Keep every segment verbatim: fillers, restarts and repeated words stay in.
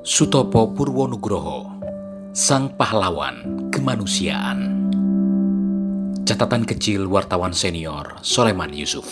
Sutopo Purwonugroho, sang pahlawan kemanusiaan. Catatan kecil wartawan senior Soleman Yusuf.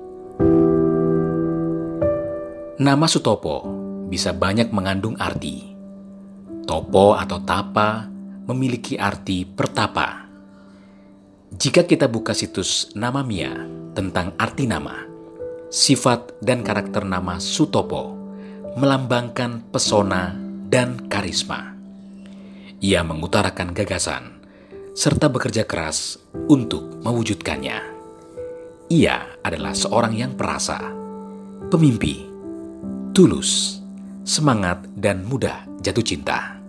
Nama Sutopo bisa banyak mengandung arti. Topo atau tapa memiliki arti pertapa. Jika kita buka situs Nama Mia tentang arti nama, sifat dan karakter nama Sutopo melambangkan pesona dan karisma. Ia mengutarakan gagasan serta bekerja keras untuk mewujudkannya. Ia adalah seorang yang perasa, pemimpi, tulus, semangat, dan mudah jatuh cinta.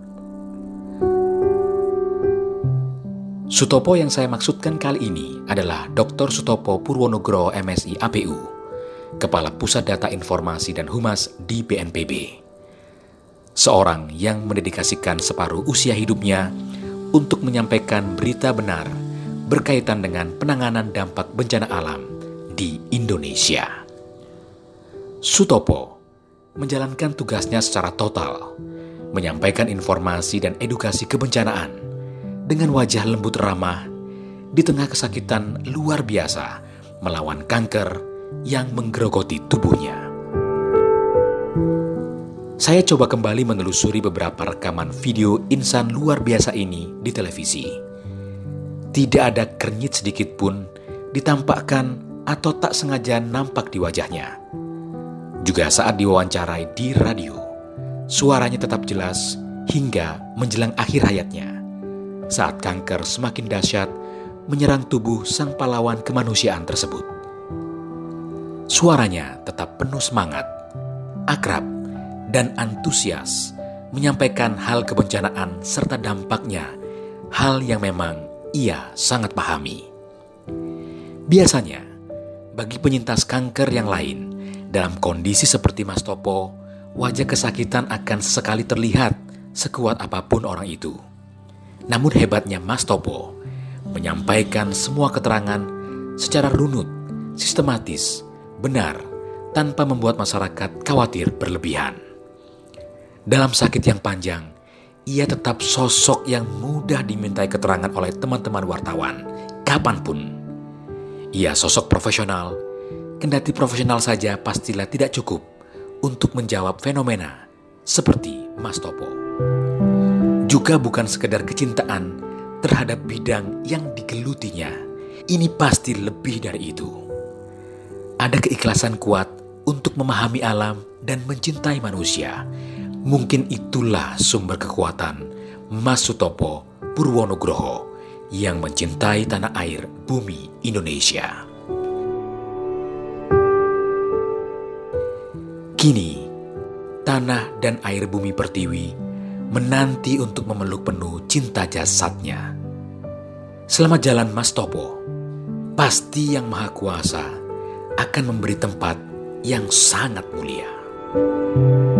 Sutopo yang saya maksudkan kali ini adalah doktor Sutopo Purwonugroho M Si A P U, Kepala Pusat Data Informasi dan Humas di B N P B. Seorang yang mendedikasikan separuh usia hidupnya untuk menyampaikan berita benar berkaitan dengan penanganan dampak bencana alam di Indonesia. Sutopo menjalankan tugasnya secara total, menyampaikan informasi dan edukasi kebencanaan dengan wajah lembut ramah di tengah kesakitan luar biasa melawan kanker yang menggerogoti tubuhnya. Saya coba kembali menelusuri beberapa rekaman video insan luar biasa ini di televisi. Tidak ada kernyit sedikit pun ditampakkan atau tak sengaja nampak di wajahnya. Juga saat diwawancarai di radio, suaranya tetap jelas hingga menjelang akhir hayatnya. Saat kanker semakin dahsyat menyerang tubuh sang pahlawan kemanusiaan tersebut. Suaranya tetap penuh semangat, akrab, dan antusias menyampaikan hal kebencanaan serta dampaknya, hal yang memang ia sangat pahami. Biasanya, bagi penyintas kanker yang lain, dalam kondisi seperti Mas Topo, wajah kesakitan akan sesekali terlihat sekuat apapun orang itu. Namun hebatnya Mas Topo menyampaikan semua keterangan secara runut, sistematis, benar, tanpa membuat masyarakat khawatir berlebihan. Dalam sakit yang panjang, ia tetap sosok yang mudah dimintai keterangan oleh teman-teman wartawan, kapanpun. Ia sosok profesional, kendati profesional saja pastilah tidak cukup untuk menjawab fenomena seperti Mas Topo. Juga bukan sekedar kecintaan terhadap bidang yang digelutinya, ini pasti lebih dari itu. Ada keikhlasan kuat untuk memahami alam dan mencintai manusia. Mungkin itulah sumber kekuatan Mas Sutopo Purwonugroho yang mencintai tanah air bumi Indonesia. Kini, tanah dan air bumi Pertiwi menanti untuk memeluk penuh cinta jasadnya. Selamat jalan Mas Topo. Pasti Yang Maha Kuasa akan memberi tempat yang sangat mulia.